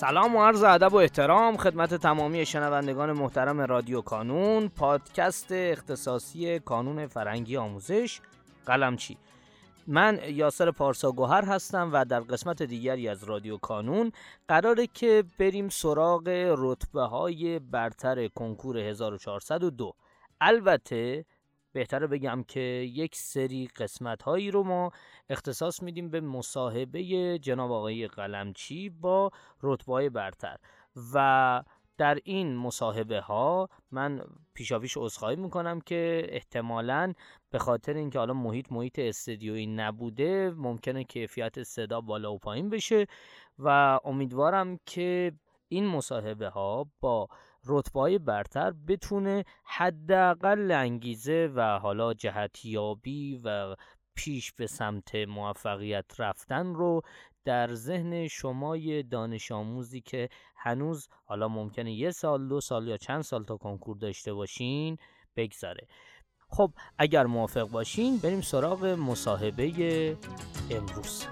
سلام و عرض ادب و احترام خدمت تمامی شنوندگان محترم رادیو کانون، پادکست اختصاصی کانون فرهنگی آموزش قلمچی. من یاسر پارسا گوهر هستم و در قسمت دیگری از رادیو کانون قراره که بریم سراغ رتبه‌های برتر کنکور 1402. البته بهتره بگم که یک سری قسمت‌هایی رو ما اختصاص میدیم به مصاحبه جناب آقای قلمچی با رتبه‌های برتر و در این مصاحبه ها من پیشاپیش عذرخواهی میکنم که احتمالاً به خاطر اینکه حالا محیط استودیویی نبوده ممکنه کیفیت صدا بالا و پایین بشه و امیدوارم که این مصاحبه ها با رتبه‌های برتر بتونه حداقل انگیزه و حالا جهتیابی و پیش به سمت موفقیت رفتن رو در ذهن شمای دانش آموزی که هنوز حالا ممکنه 1 سال 2 سال یا چند سال تا کنکور داشته باشین بگذاره. خب اگر موافق باشین بریم سراغ مصاحبه امروز.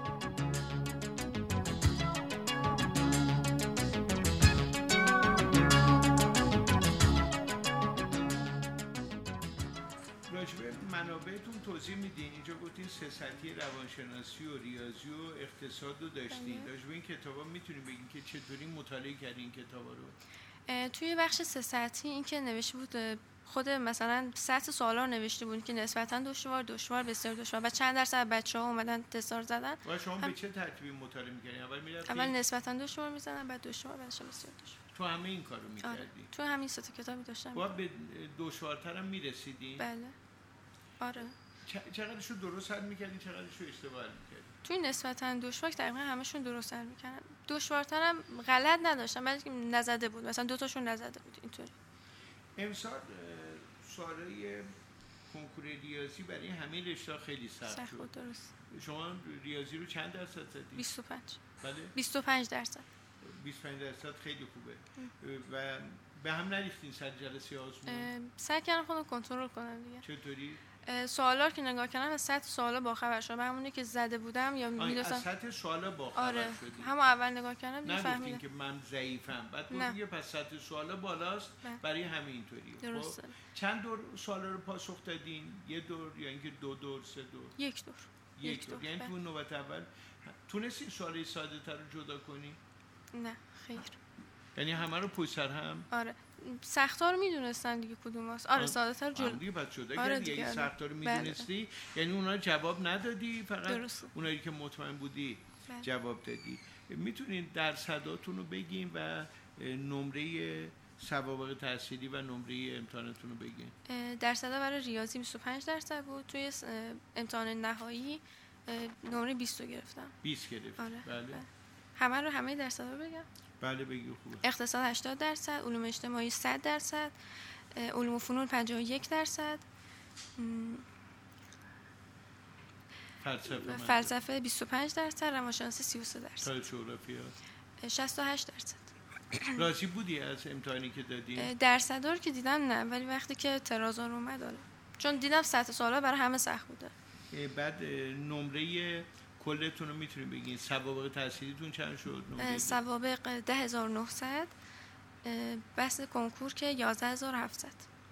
راجبه منابعتون توضیح میدین؟ اینجا گفتین 3 سطحی روانشناسی و ریاضی و اقتصاد رو داشتین. راجبه این کتابا میتونین بگین که چطوری مطالعه کردین این کتابا رو؟ توی بخش 3 سطحی این که نوشته بود خود مثلا سطح سوالا رو نوشته بود که نسبتاً دشوار بسیار دشوار و چند درصد بچه‌ها اومدن تستار زدن. و شما به چه ترتیبی مطالعه می‌کردین؟ اول نسبتاً دشوار می‌زدن، بعد دشوار، بعدش بسیار دشوار. تو همه این کارو می‌کردی؟ تو همین 3 تا کتابی داشتم. و به دشوارتر هم می‌رسیدین؟ بله. آره. چقدرشو درست حل می‌کردین، چقدرشو اشتباه حل می‌کردین؟ توی نسبتاً دشوار تقریبا همشون درست حل می‌کردن. دشوارترم غلط نداشتم، بلکه نزده بود. مثلا 2 تاشون نزده بود اینطوری. امسال سوالای کنکور ریاضی برای همه رشته‌ها خیلی سخت شد. درست. شما ریاضی رو چند درصد زدید؟ 25. بله؟ 25%. 25% خیلی خوبه. و به هم نریختین سر جلسه آزمون؟ سعی کردم خودم کنترل کنم دیگه. چطوری؟ سوالا که نگاه کردم از سطح سوالا باخبر شدم. همونی که زده بودم یا می‌دونستم از سطح سوالا باخبر شدی؟ همون اول نگاه کردم دیگه فهمیدم. نگفتین که من ضعیفم. بعد گفتین پس سطح سوالا بالاست برای همین اینطوریه. درسته. چند دور سوالا رو پاسخ دادین؟ 1 دور یا اینکه 2 دور، 3 دور؟ 1 دور. 1 دور. یعنی تو نوبت اول تونستی سوالای ساده‌تر رو جدا کنی؟ نه خیر. یعنی همه رو پشت سر هم؟ آره. سخت‌ها رو میدونستن دیگه کدوم هست. آره ساده‌تر جلو. دیگه بعد جدا کردی. یعنی سخت‌ها رو میدونستی، یعنی اونا جواب ندادی، فقط درسته. اونایی که مطمئن بودی جواب دادی. میتونین درصداتون رو بگین و نمره سوابق تحصیلی و نمره امتحانتون رو بگین؟ درصدا برای ریاضی 25% بود. توی امتحان نهایی نمره 20 رو گرفتم. 20 گرفت. آره. بله. همه درصدا رو بگم؟ بله بگی خوبه. اقتصاد 80%، علوم اجتماعی 100%، علوم و فنون 51%، فلسفه 25%، روانشناسی 33%. تاریخ جغرافیا 68%. راضی بودی از امتحانی که دادی؟ درصدا رو که دیدم نه، ولی وقتی که ترازا رو اومد داره. چون دیدم سطح سوالا برای همه سخت بوده. بعد نمره کلتون رو میتونید بگین؟ سوابق تحصیلیتون چند شد؟ سوابق 10900، بحث کنکور که 11700.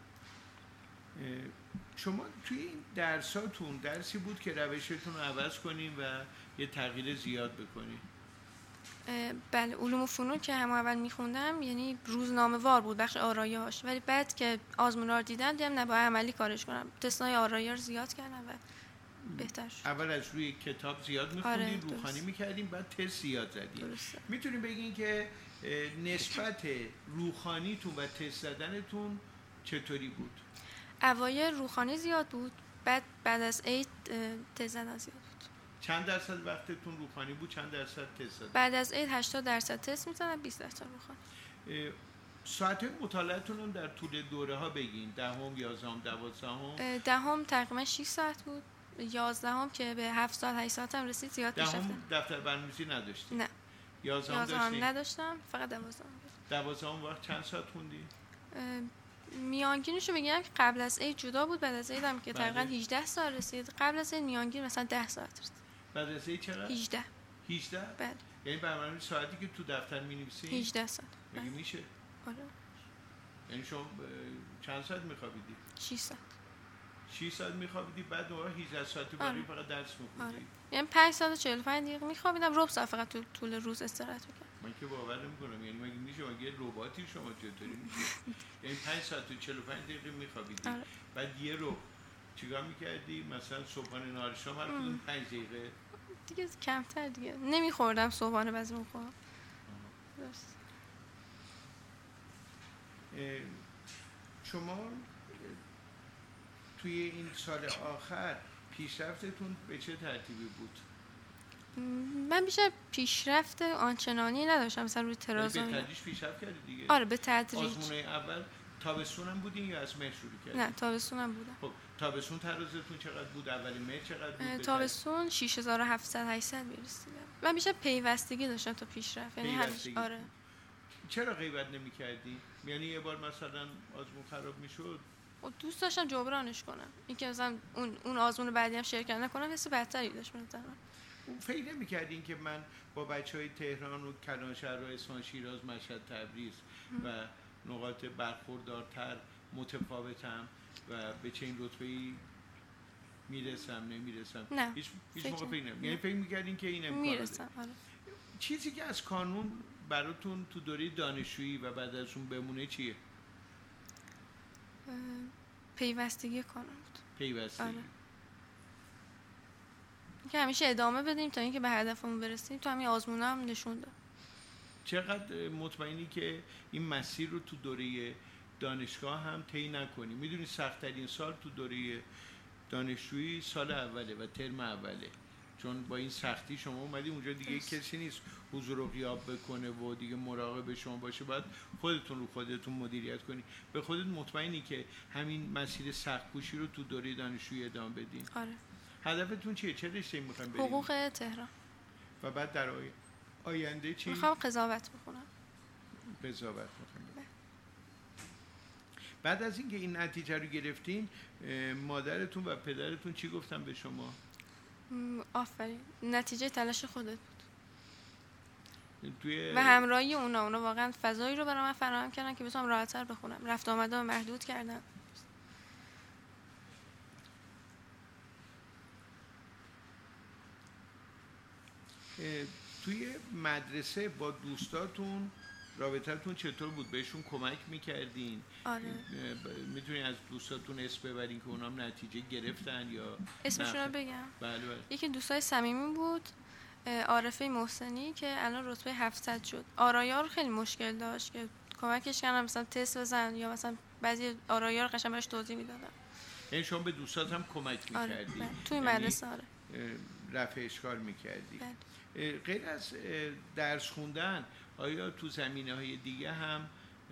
شما توی این درساتون درسی بود که روشتون رو عوض کنین و یه تغییر زیاد بکنین؟ بله، علوم و فنون که هم اول میخوندم یعنی روزنامه وار بود بخش آرایه‌هاش، ولی بعد که آزمونا رو دیدم نه باید عملی کارش کنم. تستای آرایه رو زیاد کردم و بهتر شد. اول از روی کتاب زیاد میخوندین، روخانی میکردین، بعد تست زیاد زدین. میتونین بگین که نسبت روخانیتون و تست زدنتون چطوری بود؟ اوایل روخانی زیاد بود، بعد از عید تست زدن زیاد بود. چند درصد وقتتون روخانی بود، چند درصد تست زدن؟ بعد از عید 80% تست میزنم، 20% روخانی. ساعت مطالعه‌تون هم در طول دوره ها بگین. 10ام، 11ام، 12ام؟ 10ام تقریبا 6 ساعت بود. 11ام که به 7 ساعت 8 ساعت هم رسید زیاد پیش رفتم. 10ام دفتر برنامه‌نویسی نداشتی؟ نه. 11ام نداشتم، فقط 12ام وقت چند ساعت خوندی؟ میانگینشو بگم که قبل از عید جدا بود، بعد از عید هم که تقریبا 18 ساعت رسید. قبل از عید میانگین مثلا 10 ساعت رسید. بعد از عید چقدر؟ 18. 18؟ بله. یعنی برنامه ساعتی که تو دفتر می‌نویسین 18 ساعت. مگه میشه؟ آره. یعنی شما چند ساعت می‌خوابیدی؟ 6 ساعت. 6 ساعت می‌خوابیدی بعد اون 18 ساعت برای فقط درس می‌خوندی. آره. یعنی 5 ساعت و 45 دقیقه می‌خوابیدم، ربع ساعت فقط تو طول روز استراحت می‌کردم. من که باور نمی‌کنم، یعنی مگه میشه مگه رباتی شما چطوری میشه؟ یعنی 5 ساعت و 45 دقیقه می‌خوابیدی. آره. بعد یه رو چیکار می‌کردی؟ مثلا صبحانه نهار شام هر کدوم 5 دقیقه دیگه کمتر دیگه نمی‌خوردم صبحانه بعضی موقع. درست. شما توی این سال آخر پیشرفتتون به چه ترتیبی بود؟ من بیشتر پیشرفت آنچنانی نداشتم، مثلا روی ترازو. به تدریج پیشرفت کردی دیگه؟ آره به تدریج. آزمونه اول تابستونم بودین یا از مهر شروع کردین؟ نه تابستونم بودم. خب تابستون ترازتون چقدر بود؟ اول مهر چقدر بود؟ تابستون 6700 800 میرسیدم. من بیشتر پیوستگی داشتم تا پیشرفت. یعنی همیشه آره. چرا غیبت نمی‌کردی؟ یعنی یه بار مثلا آزمون خراب میشد دوست داشتم جبرانش کنم، اینکه مثلا اون آزمون بعدی هم شرکت نکنم، حس بدتری داشت مثلا. فکر نمی‌کردین که من با بچهای تهران و کلانشهر و اصفهان شیراز مشهد تبریز و نقاط برخوردارتر متفاوتم و به چه این رتبه‌ای میرسم نمیرسم؟ نه. هیچ موقع فکر نمی‌کردین؟ یعنی فکر می‌کردین که این امکان میرسم. آره. چیزی که از کانون براتون تو دوره دانشجویی و بعد ازون بمونه چیه؟ پیوستگی کانون بود. پیوستگی. آره. که همیشه ادامه بدیم تا اینکه به هدفمون برسیم. تو همین آزمونا هم نشون داد. چقدر مطمئنی که این مسیر رو تو دوره دانشگاه هم طی نکنی؟ میدونی سخت‌ترین سال تو دوره دانشجویی سال اوله و ترم اوله، چون با این سختی شما اومدی اونجا دیگه کسی نیست حضور و غیاب بکنه و دیگه مراقب شما باشه، باید خودتون رو خودتون مدیریت کنی. به خودت مطمئنی که همین مسیر سخت‌کوشی رو تو دوره دانشجویی ادامه بدین؟ آره. هدفتون چیه؟ چه رشته‌ای می‌خواید برید؟ حقوق تهران. و بعد در آینده چی؟ می‌خوام قضاوت بخونم. قضاوت می‌خواید. بعد از اینکه این نتیجه رو گرفتین، مادرتون و پدرتون چی گفتن به شما؟ آفرین، نتیجه تلاش خودت بود. توی و همراهی اونا واقعا فضایی رو برای من فراهم کردن که بتونم راحت‌تر بخونم. رفت آمدام محدود کردن. توی مدرسه با دوستاتون رابطتون چطور بود؟ بهشون کمک میکردین؟ آره. میتونین از دوستاتون اسم ببرین که اونام نتیجه گرفتن یا اسمشون رو بگم؟ بله. یکی دوستای صمیمی بود، عارفه محسنی که الان رتبه 700 شد. آرایا رو خیلی مشکل داشت که کمکش کردم مثلا تست بزن یا مثلا بعضی آرایا رو قشنگ بهش توضیح میدادم. یعنی شما به دوستات هم کمک میکردی؟ آره. توی مدرسه آره. رفع اشکال میکردی؟ بله. غیر از درس خوندن آیا تو زمینه‌های دیگه هم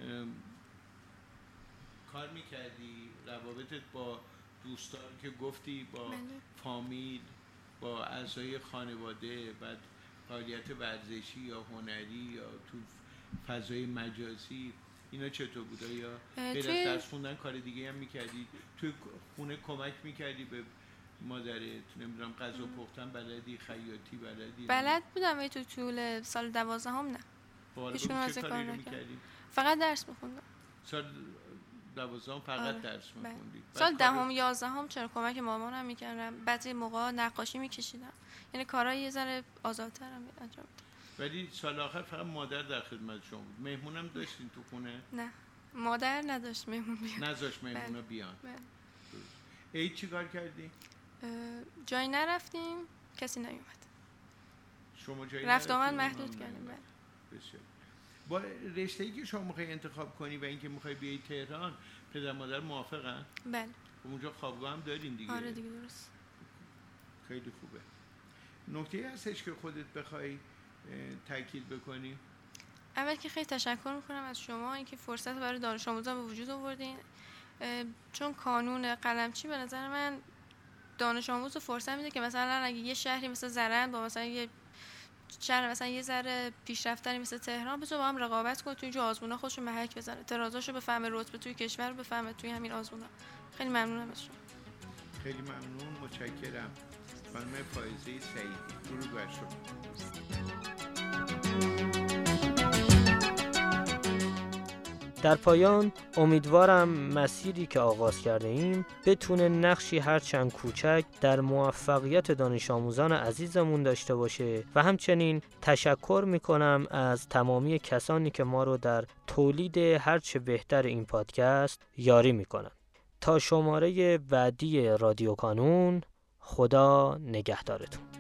کار میکردی؟ روابطت با دوستان که گفتی با فامیل، با اعضای خانواده، بعد فعالیت ورزشی یا هنری یا تو فضای مجازی، اینا چطور بود؟ یا غیر از درس خوندن کار دیگه هم میکردی؟ توی خونه کمک میکردی به مادرت؟ نمیدونم غذا پختن بلدی؟ خیاطی بلدی؟ بلد بودم ولی تو طول سال 12 هم نه. هیچ چه کاری میکردی؟ فقط درس میخوندم. سال 12 فقط درس میخوندی؟ سال 10 11 هم چرا کمک مامانم میکردم، بعضی موقع نقاشی میکشیدم، یعنی کارهای یه ذره آزادترم انجام میدادم. ولی سال آخر فقط مادر در خدمت شما بود؟ مهمونم داشتین تو خونه؟ نه مادر نداشت مهمون بیان. نذاشت مهمونا بیان. عید چی کار کردی؟ جایی نرفتیم، کسی نیومد. شما جایی رفت آمد محدود کردیم. بسیار. با رشته‌ای که شما میخوای انتخاب کنی و اینکه میخوای بیای تهران، پدر مادر موافقن؟ بله. اونجا خوابگاه هم دارین دیگه؟ آره دیگه درست. خیلی خوبه. نکته هستش که خودت بخوای تاکید بکنی؟ اول که خیلی تشکر میکنم از شما اینکه فرصت برای دانش آموزان به وجود آوردین، چون کانون قلمچی به نظر من دانش آموز فرصت میده که مثلا اگه یه شهری مثل زرند با مثلا یه شهر مثلا یه ذره پیشرفتری مثل تهران بتونه با هم رقابت کنه، توی اینجا آزمونا خودشو محک بزنه، ترازاشو بفهمه، رتبه توی کشور رو بفهمه توی همین آزمونا. خیلی ممنونم از شما. خیلی ممنون، متشکرم. خانم فائزه سعیدی، درود بر شما. در پایان امیدوارم مسیری که آغاز کرده ایم بتونه نقشی هرچند کوچک در موفقیت دانش آموزان عزیزمون داشته باشه و همچنین تشکر میکنم از تمامی کسانی که ما رو در تولید هرچه بهتر این پادکست یاری میکنن. تا شماره بعدی رادیو کانون، خدا نگهدارتون.